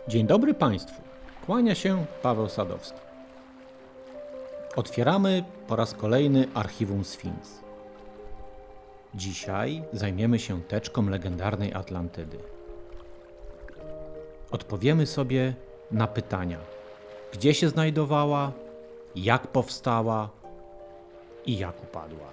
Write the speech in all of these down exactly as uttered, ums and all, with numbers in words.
Dzień dobry Państwu. Kłania się Paweł Sadowski. Otwieramy po raz kolejny archiwum Sfinks. Dzisiaj zajmiemy się teczką legendarnej Atlantydy. Odpowiemy sobie na pytania: gdzie się znajdowała, jak powstała i jak upadła.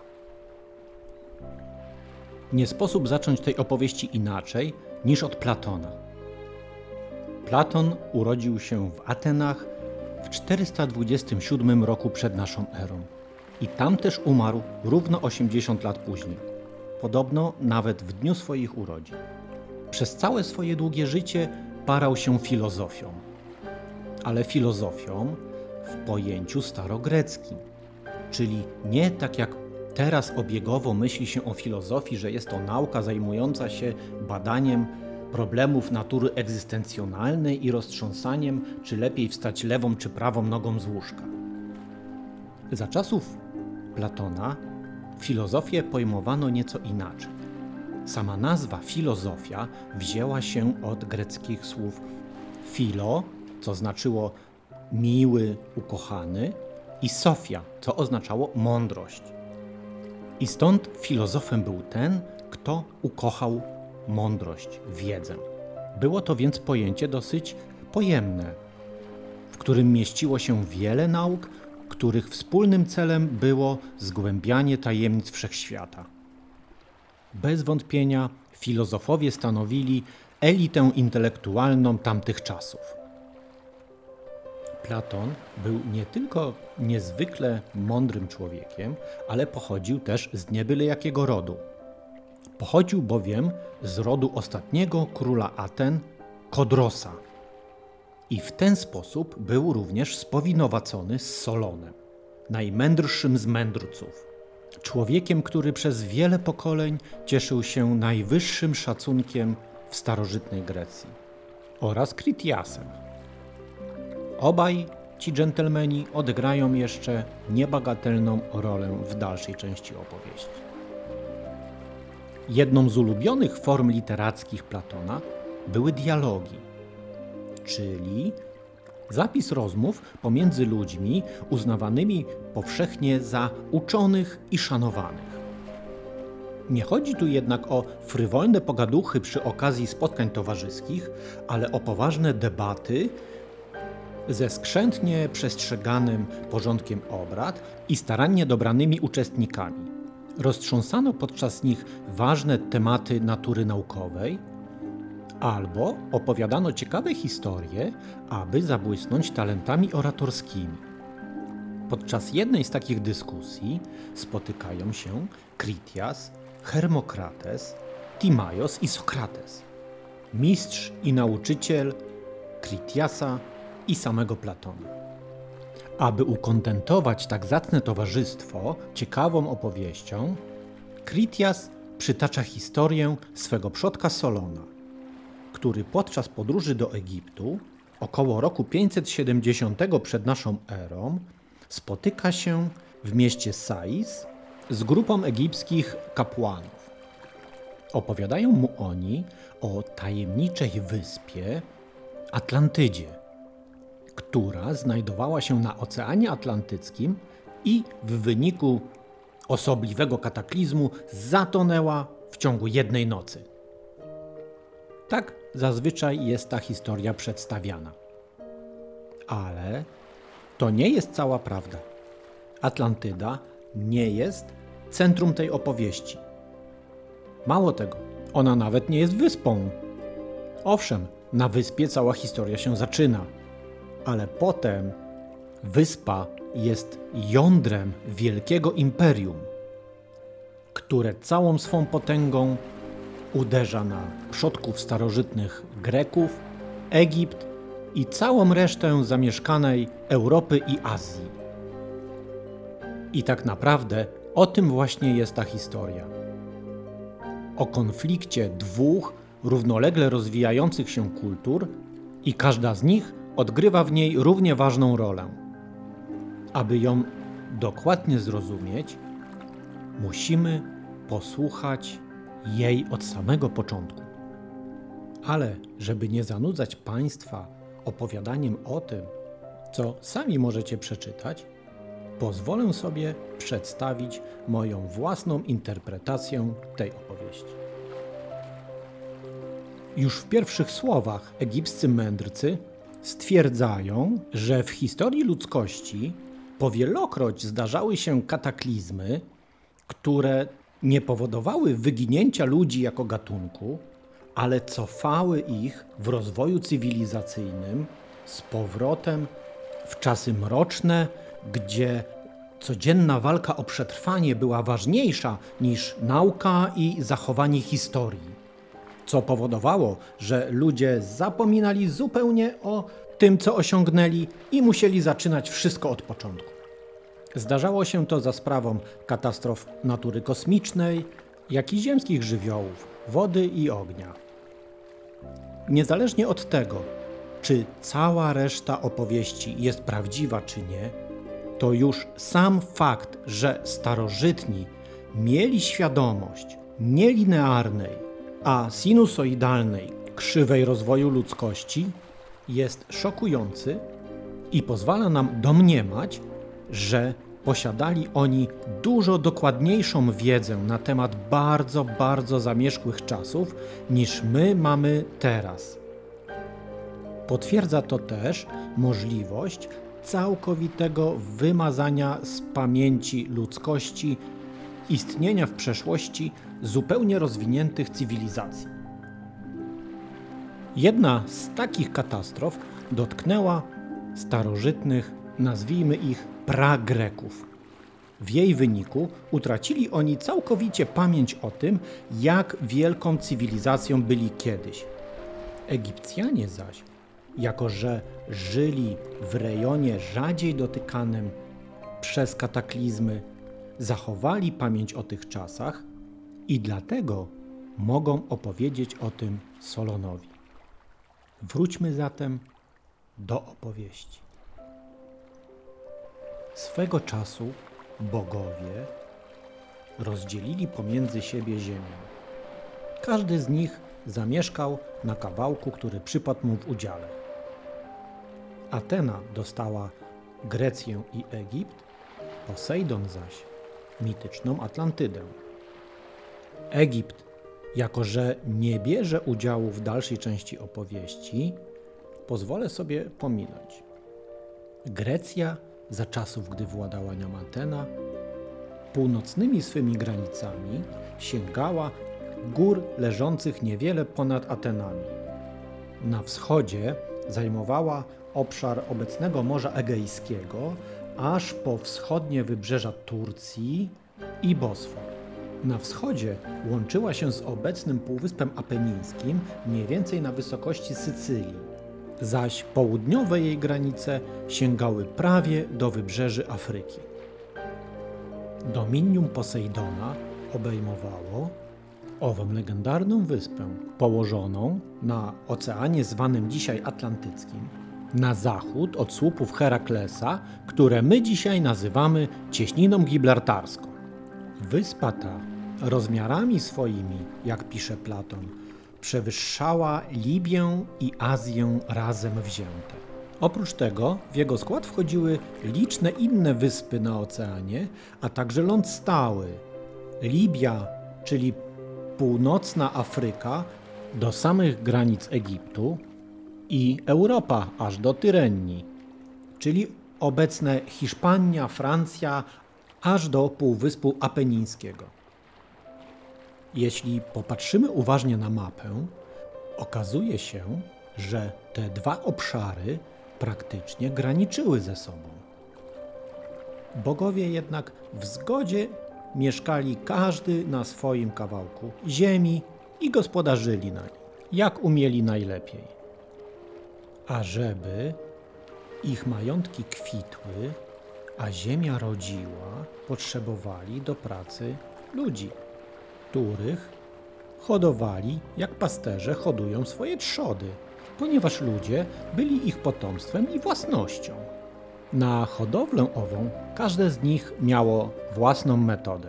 Nie sposób zacząć tej opowieści inaczej niż od Platona. Platon urodził się w Atenach w czterysta dwudziestym siódmym roku przed naszą erą i tam też umarł równo osiemdziesiąt lat później, podobno nawet w dniu swoich urodzin. Przez całe swoje długie życie parał się filozofią, ale filozofią w pojęciu starogreckim, czyli nie tak jak teraz obiegowo myśli się o filozofii, że jest to nauka zajmująca się badaniem problemów natury egzystencjonalnej i roztrząsaniem, czy lepiej wstać lewą czy prawą nogą z łóżka. Za czasów Platona filozofię pojmowano nieco inaczej. Sama nazwa filozofia wzięła się od greckich słów philo, co znaczyło miły, ukochany, i sofia, co oznaczało mądrość. I stąd filozofem był ten, kto ukochał mądrość, wiedzę. Było to więc pojęcie dosyć pojemne, w którym mieściło się wiele nauk, których wspólnym celem było zgłębianie tajemnic wszechświata. Bez wątpienia filozofowie stanowili elitę intelektualną tamtych czasów. Platon był nie tylko niezwykle mądrym człowiekiem, ale pochodził też z niebyle jakiego rodu. Pochodził bowiem z rodu ostatniego króla Aten, Kodrosa. I w ten sposób był również spowinowacony z Solonem, najmędrszym z mędrców. Człowiekiem, który przez wiele pokoleń cieszył się najwyższym szacunkiem w starożytnej Grecji, oraz Kritiasem. Obaj ci dżentelmeni odegrają jeszcze niebagatelną rolę w dalszej części opowieści. Jedną z ulubionych form literackich Platona były dialogi, czyli zapis rozmów pomiędzy ludźmi uznawanymi powszechnie za uczonych i szanowanych. Nie chodzi tu jednak o frywolne pogaduchy przy okazji spotkań towarzyskich, ale o poważne debaty ze skrzętnie przestrzeganym porządkiem obrad i starannie dobranymi uczestnikami. Roztrząsano podczas nich ważne tematy natury naukowej albo opowiadano ciekawe historie, aby zabłysnąć talentami oratorskimi. Podczas jednej z takich dyskusji spotykają się Kritias, Hermokrates, Timaios i Sokrates, mistrz i nauczyciel Kritiasa i samego Platona. Aby ukontentować tak zacne towarzystwo ciekawą opowieścią, Kritias przytacza historię swego przodka Solona, który podczas podróży do Egiptu około roku pięćset siedemdziesiątego przed naszą erą spotyka się w mieście Sais z grupą egipskich kapłanów. Opowiadają mu oni o tajemniczej wyspie Atlantydzie, która znajdowała się na Oceanie Atlantyckim i w wyniku osobliwego kataklizmu zatonęła w ciągu jednej nocy. Tak zazwyczaj jest ta historia przedstawiana. Ale to nie jest cała prawda. Atlantyda nie jest centrum tej opowieści. Mało tego, ona nawet nie jest wyspą. Owszem, na wyspie cała historia się zaczyna, ale potem wyspa jest jądrem wielkiego imperium, które całą swą potęgą uderza na przodków starożytnych Greków, Egipt i całą resztę zamieszkanej Europy i Azji. I tak naprawdę o tym właśnie jest ta historia. O konflikcie dwóch równolegle rozwijających się kultur i każda z nich odgrywa w niej równie ważną rolę. Aby ją dokładnie zrozumieć, musimy posłuchać jej od samego początku. Ale żeby nie zanudzać Państwa opowiadaniem o tym, co sami możecie przeczytać, pozwolę sobie przedstawić moją własną interpretację tej opowieści. Już w pierwszych słowach egipscy mędrcy stwierdzają, że w historii ludzkości powielokroć zdarzały się kataklizmy, które nie powodowały wyginięcia ludzi jako gatunku, ale cofały ich w rozwoju cywilizacyjnym z powrotem w czasy mroczne, gdzie codzienna walka o przetrwanie była ważniejsza niż nauka i zachowanie historii, co powodowało, że ludzie zapominali zupełnie o tym, co osiągnęli i musieli zaczynać wszystko od początku. Zdarzało się to za sprawą katastrof natury kosmicznej, jak i ziemskich żywiołów, wody i ognia. Niezależnie od tego, czy cała reszta opowieści jest prawdziwa czy nie, to już sam fakt, że starożytni mieli świadomość nielinearnej, a sinusoidalnej krzywej rozwoju ludzkości jest szokujący i pozwala nam domniemać, że posiadali oni dużo dokładniejszą wiedzę na temat bardzo, bardzo zamierzchłych czasów niż my mamy teraz. Potwierdza to też możliwość całkowitego wymazania z pamięci ludzkości istnienia w przeszłości zupełnie rozwiniętych cywilizacji. Jedna z takich katastrof dotknęła starożytnych, nazwijmy ich pra-Greków. W jej wyniku utracili oni całkowicie pamięć o tym, jak wielką cywilizacją byli kiedyś. Egipcjanie zaś, jako że żyli w rejonie rzadziej dotykanym przez kataklizmy, zachowali pamięć o tych czasach i dlatego mogą opowiedzieć o tym Solonowi. Wróćmy zatem do opowieści. Swego czasu bogowie rozdzielili pomiędzy siebie ziemię. Każdy z nich zamieszkał na kawałku, który przypadł mu w udziale. Atena dostała Grecję i Egipt, Posejdon zaś mityczną Atlantydę. Egipt, jako że nie bierze udziału w dalszej części opowieści, pozwolę sobie pominąć. Grecja, za czasów, gdy władała nią Atena, północnymi swymi granicami sięgała gór leżących niewiele ponad Atenami. Na wschodzie zajmowała obszar obecnego Morza Egejskiego, aż po wschodnie wybrzeża Turcji i Bosfor. Na wschodzie łączyła się z obecnym Półwyspem Apenińskim mniej więcej na wysokości Sycylii, zaś południowe jej granice sięgały prawie do wybrzeży Afryki. Dominium Posejdona obejmowało ową legendarną wyspę położoną na oceanie zwanym dzisiaj Atlantyckim, na zachód od słupów Heraklesa, które my dzisiaj nazywamy Cieśniną Gibraltarską. Wyspa ta rozmiarami swoimi, jak pisze Platon, przewyższała Libię i Azję razem wzięte. Oprócz tego w jego skład wchodziły liczne inne wyspy na oceanie, a także ląd stały. Libia, czyli północna Afryka do samych granic Egiptu i Europa aż do Tyrenii, czyli obecne Hiszpania, Francja, aż do Półwyspu Apenińskiego. Jeśli popatrzymy uważnie na mapę, okazuje się, że te dwa obszary praktycznie graniczyły ze sobą. Bogowie jednak w zgodzie mieszkali każdy na swoim kawałku ziemi i gospodarzyli na nim, jak umieli najlepiej. A żeby ich majątki kwitły, a ziemia rodziła, potrzebowali do pracy ludzi, których hodowali jak pasterze hodują swoje trzody, ponieważ ludzie byli ich potomstwem i własnością. Na hodowlę ową każde z nich miało własną metodę.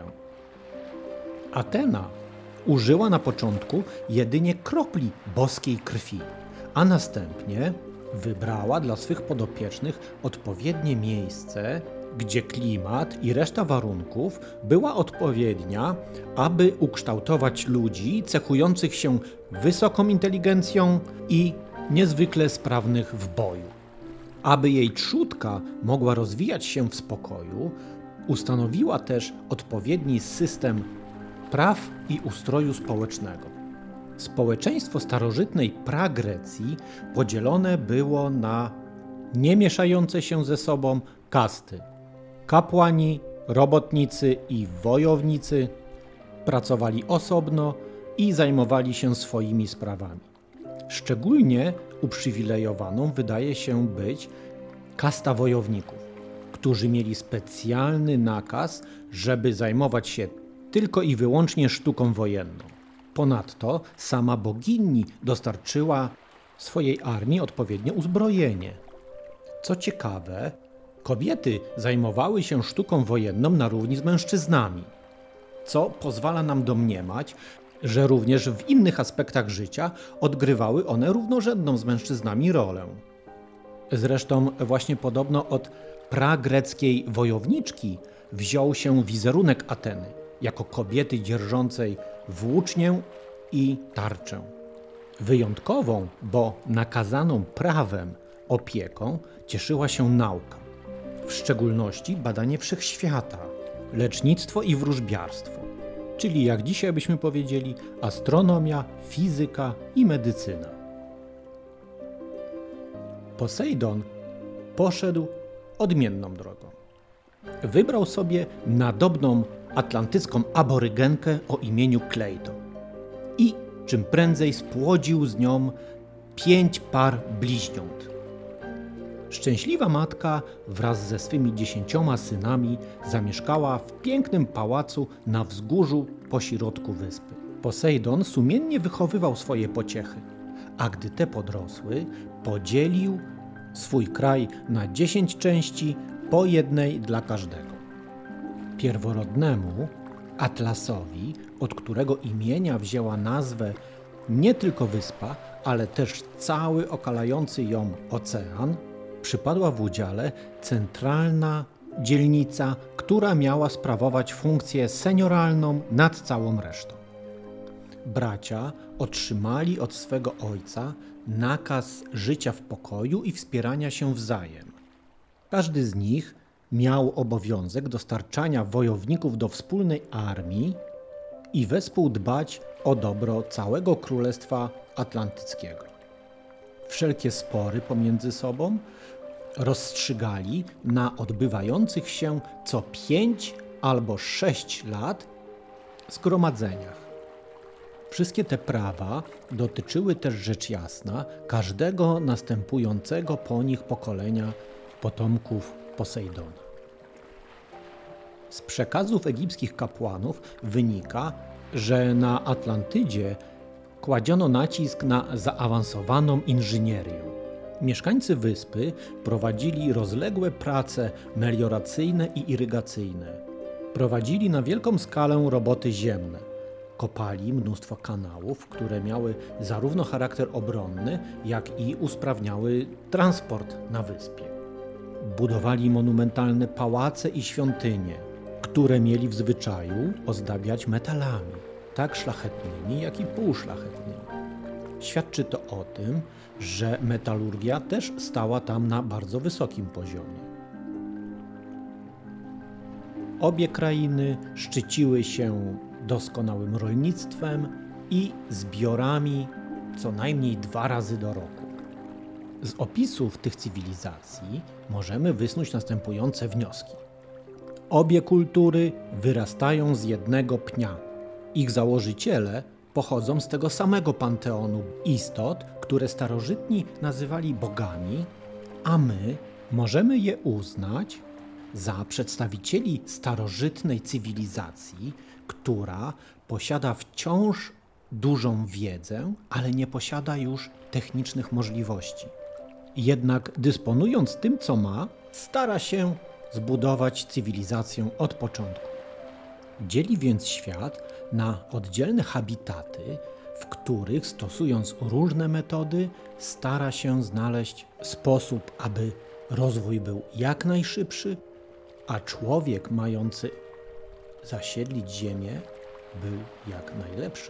Atena użyła na początku jedynie kropli boskiej krwi, a następnie wybrała dla swych podopiecznych odpowiednie miejsce, gdzie klimat i reszta warunków była odpowiednia, aby ukształtować ludzi cechujących się wysoką inteligencją i niezwykle sprawnych w boju. Aby jej trzódka mogła rozwijać się w spokoju, ustanowiła też odpowiedni system praw i ustroju społecznego. Społeczeństwo starożytnej Pragrecji podzielone było na niemieszające się ze sobą kasty. Kapłani, robotnicy i wojownicy pracowali osobno i zajmowali się swoimi sprawami. Szczególnie uprzywilejowaną wydaje się być kasta wojowników, którzy mieli specjalny nakaz, żeby zajmować się tylko i wyłącznie sztuką wojenną. Ponadto sama bogini dostarczyła swojej armii odpowiednie uzbrojenie. Co ciekawe, kobiety zajmowały się sztuką wojenną na równi z mężczyznami, co pozwala nam domniemać, że również w innych aspektach życia odgrywały one równorzędną z mężczyznami rolę. Zresztą właśnie podobno od pragreckiej wojowniczki wziął się wizerunek Ateny jako kobiety dzierżącej włócznię i tarczę. Wyjątkową, bo nakazaną prawem opieką cieszyła się nauka, w szczególności badanie wszechświata, lecznictwo i wróżbiarstwo, czyli jak dzisiaj byśmy powiedzieli astronomia, fizyka i medycyna. Posejdon poszedł odmienną drogą. Wybrał sobie nadobną atlantycką aborygenkę o imieniu Kleito i czym prędzej spłodził z nią pięć par bliźniąt. Szczęśliwa matka wraz ze swymi dziesięcioma synami zamieszkała w pięknym pałacu na wzgórzu pośrodku wyspy. Posejdon sumiennie wychowywał swoje pociechy, a gdy te podrosły, podzielił swój kraj na dziesięć części, po jednej dla każdego. Pierworodnemu, Atlasowi, od którego imienia wzięła nazwę nie tylko wyspa, ale też cały okalający ją ocean, przypadła w udziale centralna dzielnica, która miała sprawować funkcję senioralną nad całą resztą. Bracia otrzymali od swego ojca nakaz życia w pokoju i wspierania się wzajem. Każdy z nich miał obowiązek dostarczania wojowników do wspólnej armii i wespół dbać o dobro całego Królestwa Atlantyckiego. Wszelkie spory pomiędzy sobą rozstrzygali na odbywających się co pięć albo sześć lat zgromadzeniach. Wszystkie te prawa dotyczyły też rzecz jasna każdego następującego po nich pokolenia potomków Posejdona. Z przekazów egipskich kapłanów wynika, że na Atlantydzie kładziono nacisk na zaawansowaną inżynierię. Mieszkańcy wyspy prowadzili rozległe prace melioracyjne i irygacyjne. Prowadzili na wielką skalę roboty ziemne. Kopali mnóstwo kanałów, które miały zarówno charakter obronny, jak i usprawniały transport na wyspie. Budowali monumentalne pałace i świątynie, które mieli w zwyczaju ozdabiać metalami, tak szlachetnymi, jak i półszlachetnymi. Świadczy to o tym, że metalurgia też stała tam na bardzo wysokim poziomie. Obie krainy szczyciły się doskonałym rolnictwem i zbiorami co najmniej dwa razy do roku. Z opisów tych cywilizacji możemy wysnuć następujące wnioski. Obie kultury wyrastają z jednego pnia. Ich założyciele pochodzą z tego samego panteonu istot, które starożytni nazywali bogami, a my możemy je uznać za przedstawicieli starożytnej cywilizacji, która posiada wciąż dużą wiedzę, ale nie posiada już technicznych możliwości. Jednak dysponując tym, co ma, stara się zbudować cywilizację od początku. Dzieli więc świat na oddzielne habitaty, w których stosując różne metody stara się znaleźć sposób, aby rozwój był jak najszybszy, a człowiek mający zasiedlić ziemię był jak najlepszy.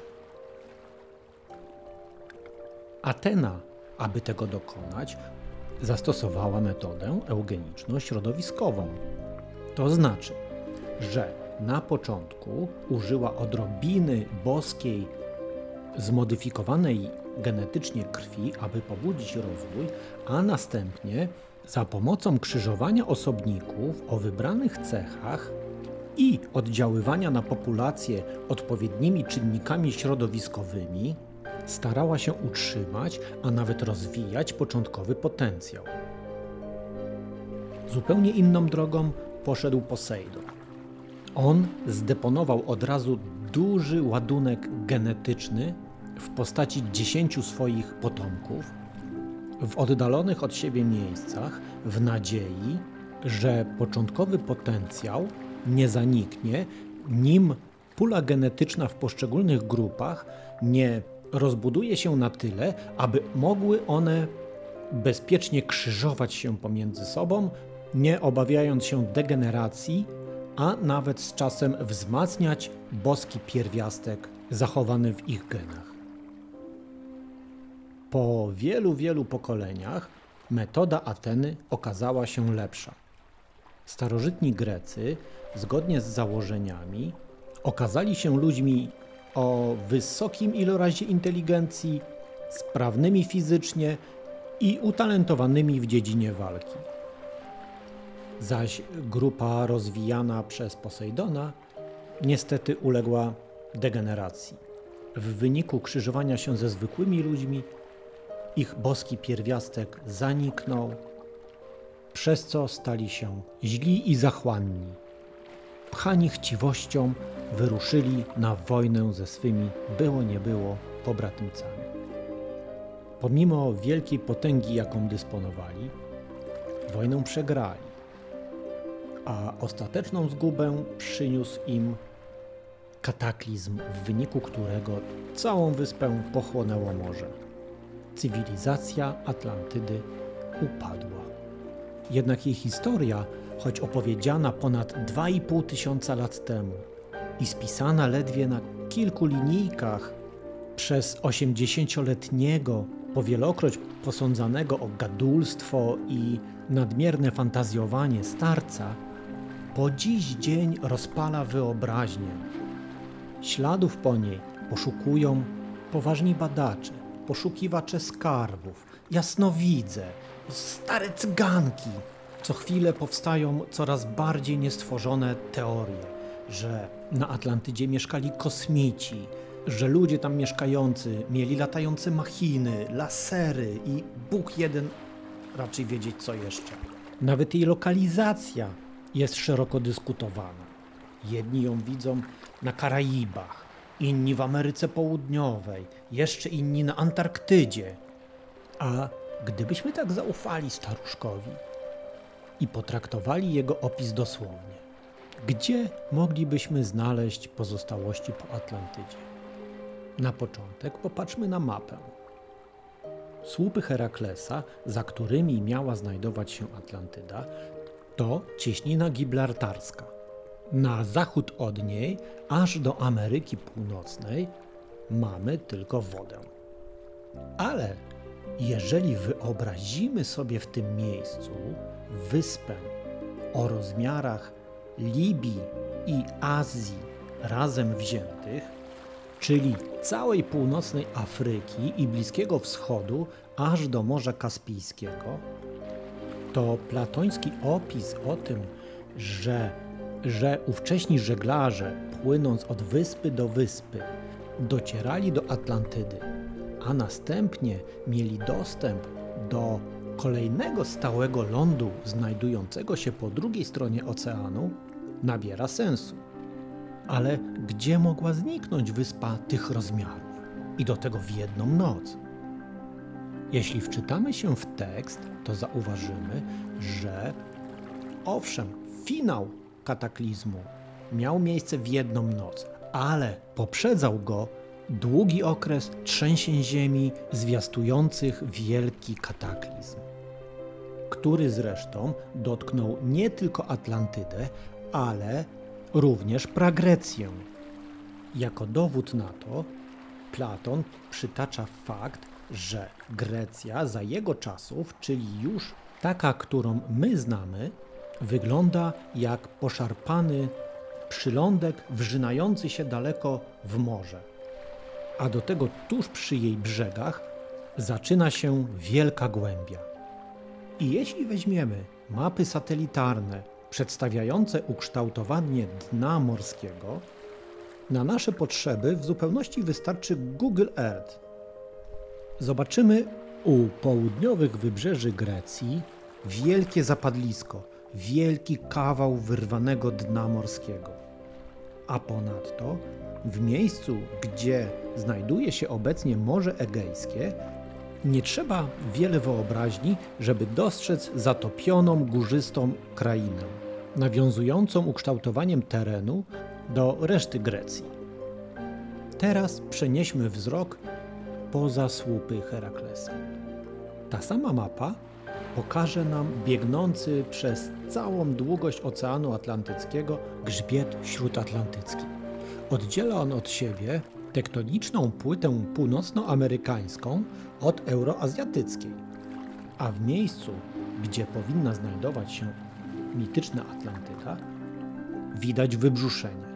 Atena, aby tego dokonać, zastosowała metodę eugeniczno-środowiskową. To znaczy, że na początku użyła odrobiny boskiej, zmodyfikowanej genetycznie krwi, aby pobudzić rozwój, a następnie za pomocą krzyżowania osobników o wybranych cechach i oddziaływania na populację odpowiednimi czynnikami środowiskowymi starała się utrzymać, a nawet rozwijać początkowy potencjał. Zupełnie inną drogą poszedł Posejdon. On zdeponował od razu duży ładunek genetyczny w postaci dziesięciu swoich potomków w oddalonych od siebie miejscach w nadziei, że początkowy potencjał nie zaniknie, nim pula genetyczna w poszczególnych grupach nie rozbuduje się na tyle, aby mogły one bezpiecznie krzyżować się pomiędzy sobą, nie obawiając się degeneracji, a nawet z czasem wzmacniać boski pierwiastek zachowany w ich genach. Po wielu, wielu pokoleniach metoda Ateny okazała się lepsza. Starożytni Grecy, zgodnie z założeniami, okazali się ludźmi o wysokim ilorazie inteligencji, sprawnymi fizycznie i utalentowanymi w dziedzinie walki. Zaś grupa rozwijana przez Posejdona niestety uległa degeneracji. W wyniku krzyżowania się ze zwykłymi ludźmi ich boski pierwiastek zaniknął, przez co stali się źli i zachłanni. Pchani chciwością wyruszyli na wojnę ze swymi było nie było pobratymcami. Pomimo wielkiej potęgi, jaką dysponowali, wojnę przegrali, a ostateczną zgubę przyniósł im kataklizm, w wyniku którego całą wyspę pochłonęło morze. Cywilizacja Atlantydy upadła. Jednak jej historia, choć opowiedziana ponad dwa i pół tysiąca lat temu i spisana ledwie na kilku linijkach przez osiemdziesięcioletniego, powielokroć posądzanego o gadulstwo i nadmierne fantazjowanie starca, po dziś dzień rozpala wyobraźnię. Śladów po niej poszukują poważni badacze, poszukiwacze skarbów, jasnowidze, stare cyganki. Co chwilę powstają coraz bardziej niestworzone teorie, że na Atlantydzie mieszkali kosmici, że ludzie tam mieszkający mieli latające machiny, lasery i Bóg jeden raczej wiedzieć co jeszcze. Nawet jej lokalizacja jest szeroko dyskutowana. Jedni ją widzą na Karaibach, inni w Ameryce Południowej, jeszcze inni na Antarktydzie. A gdybyśmy tak zaufali staruszkowi i potraktowali jego opis dosłownie, gdzie moglibyśmy znaleźć pozostałości po Atlantydzie? Na początek popatrzmy na mapę. Słupy Heraklesa, za którymi miała znajdować się Atlantyda, to cieśnina gibraltarska. Na zachód od niej, aż do Ameryki Północnej, mamy tylko wodę. Ale jeżeli wyobrazimy sobie w tym miejscu wyspę o rozmiarach Libii i Azji razem wziętych, czyli całej północnej Afryki i Bliskiego Wschodu aż do Morza Kaspijskiego, to platoński opis o tym, że, że ówcześni żeglarze, płynąc od wyspy do wyspy, docierali do Atlantydy, a następnie mieli dostęp do kolejnego stałego lądu znajdującego się po drugiej stronie oceanu, nabiera sensu. Ale gdzie mogła zniknąć wyspa tych rozmiarów? I do tego w jedną noc. Jeśli wczytamy się w tekst, to zauważymy, że owszem, finał kataklizmu miał miejsce w jedną noc, ale poprzedzał go długi okres trzęsień ziemi zwiastujących wielki kataklizm, który zresztą dotknął nie tylko Atlantydę, ale również Pragrecję. Jako dowód na to Platon przytacza fakt, że Grecja za jego czasów, czyli już taka, którą my znamy, wygląda jak poszarpany przylądek wrzynający się daleko w morze. A do tego tuż przy jej brzegach zaczyna się wielka głębia. I jeśli weźmiemy mapy satelitarne przedstawiające ukształtowanie dna morskiego, na nasze potrzeby w zupełności wystarczy Google Earth. Zobaczymy u południowych wybrzeży Grecji wielkie zapadlisko, wielki kawał wyrwanego dna morskiego. A ponadto w miejscu, gdzie znajduje się obecnie Morze Egejskie, nie trzeba wiele wyobraźni, żeby dostrzec zatopioną górzystą krainę, nawiązującą ukształtowaniem terenu do reszty Grecji. Teraz przenieśmy wzrok poza słupy Heraklesa. Ta sama mapa pokaże nam biegnący przez całą długość Oceanu Atlantyckiego grzbiet śródatlantycki. Oddziela on od siebie tektoniczną płytę północnoamerykańską od euroazjatyckiej, a w miejscu, gdzie powinna znajdować się mityczna Atlantyda, widać wybrzuszenie.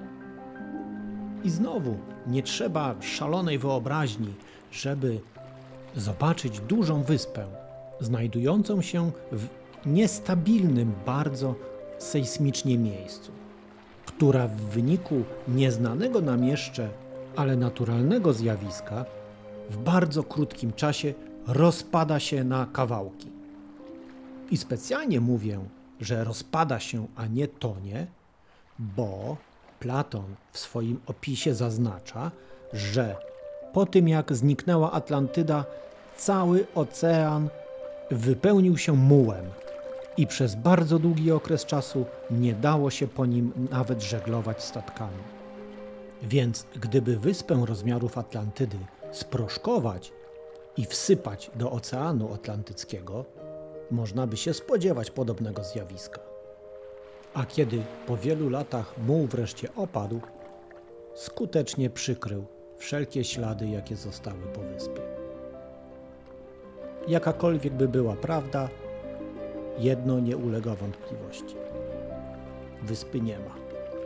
I znowu nie trzeba szalonej wyobraźni, żeby zobaczyć dużą wyspę, znajdującą się w niestabilnym bardzo sejsmicznie miejscu, która w wyniku nieznanego nam jeszcze, ale naturalnego zjawiska w bardzo krótkim czasie rozpada się na kawałki. I specjalnie mówię, że rozpada się, a nie tonie, bo Platon w swoim opisie zaznacza, że po tym jak zniknęła Atlantyda, cały ocean wypełnił się mułem i przez bardzo długi okres czasu nie dało się po nim nawet żeglować statkami. Więc gdyby wyspę rozmiarów Atlantydy sproszkować i wsypać do Oceanu Atlantyckiego, można by się spodziewać podobnego zjawiska. A kiedy po wielu latach muł wreszcie opadł, skutecznie przykrył wszelkie ślady, jakie zostały po wyspie. Jakakolwiek by była prawda, jedno nie ulega wątpliwości. Wyspy nie ma.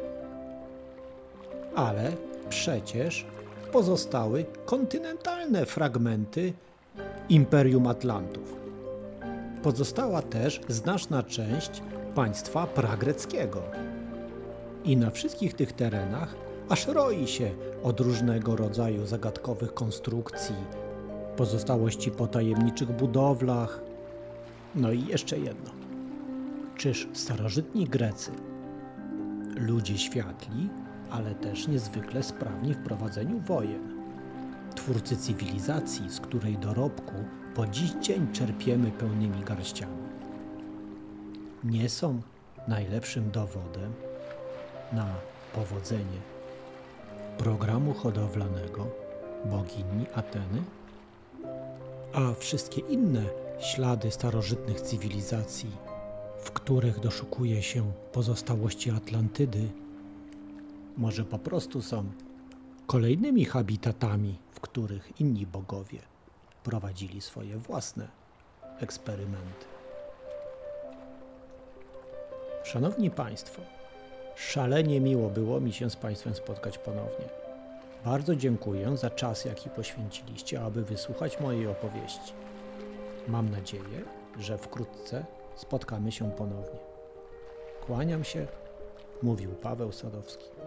Ale przecież pozostały kontynentalne fragmenty Imperium Atlantów. Pozostała też znaczna część państwa pragreckiego. I na wszystkich tych terenach aż roi się od różnego rodzaju zagadkowych konstrukcji, pozostałości po tajemniczych budowlach. No i jeszcze jedno. Czyż starożytni Grecy, ludzie światli, ale też niezwykle sprawni w prowadzeniu wojen, twórcy cywilizacji, z której dorobku po dziś dzień czerpiemy pełnymi garściami, nie są najlepszym dowodem na powodzenie programu hodowlanego bogini Ateny? A wszystkie inne ślady starożytnych cywilizacji, w których doszukuje się pozostałości Atlantydy, może po prostu są kolejnymi habitatami, w których inni bogowie prowadzili swoje własne eksperymenty. Szanowni Państwo, szalenie miło było mi się z Państwem spotkać ponownie. Bardzo dziękuję za czas, jaki poświęciliście, aby wysłuchać mojej opowieści. Mam nadzieję, że wkrótce spotkamy się ponownie. Kłaniam się, mówił Paweł Sadowski.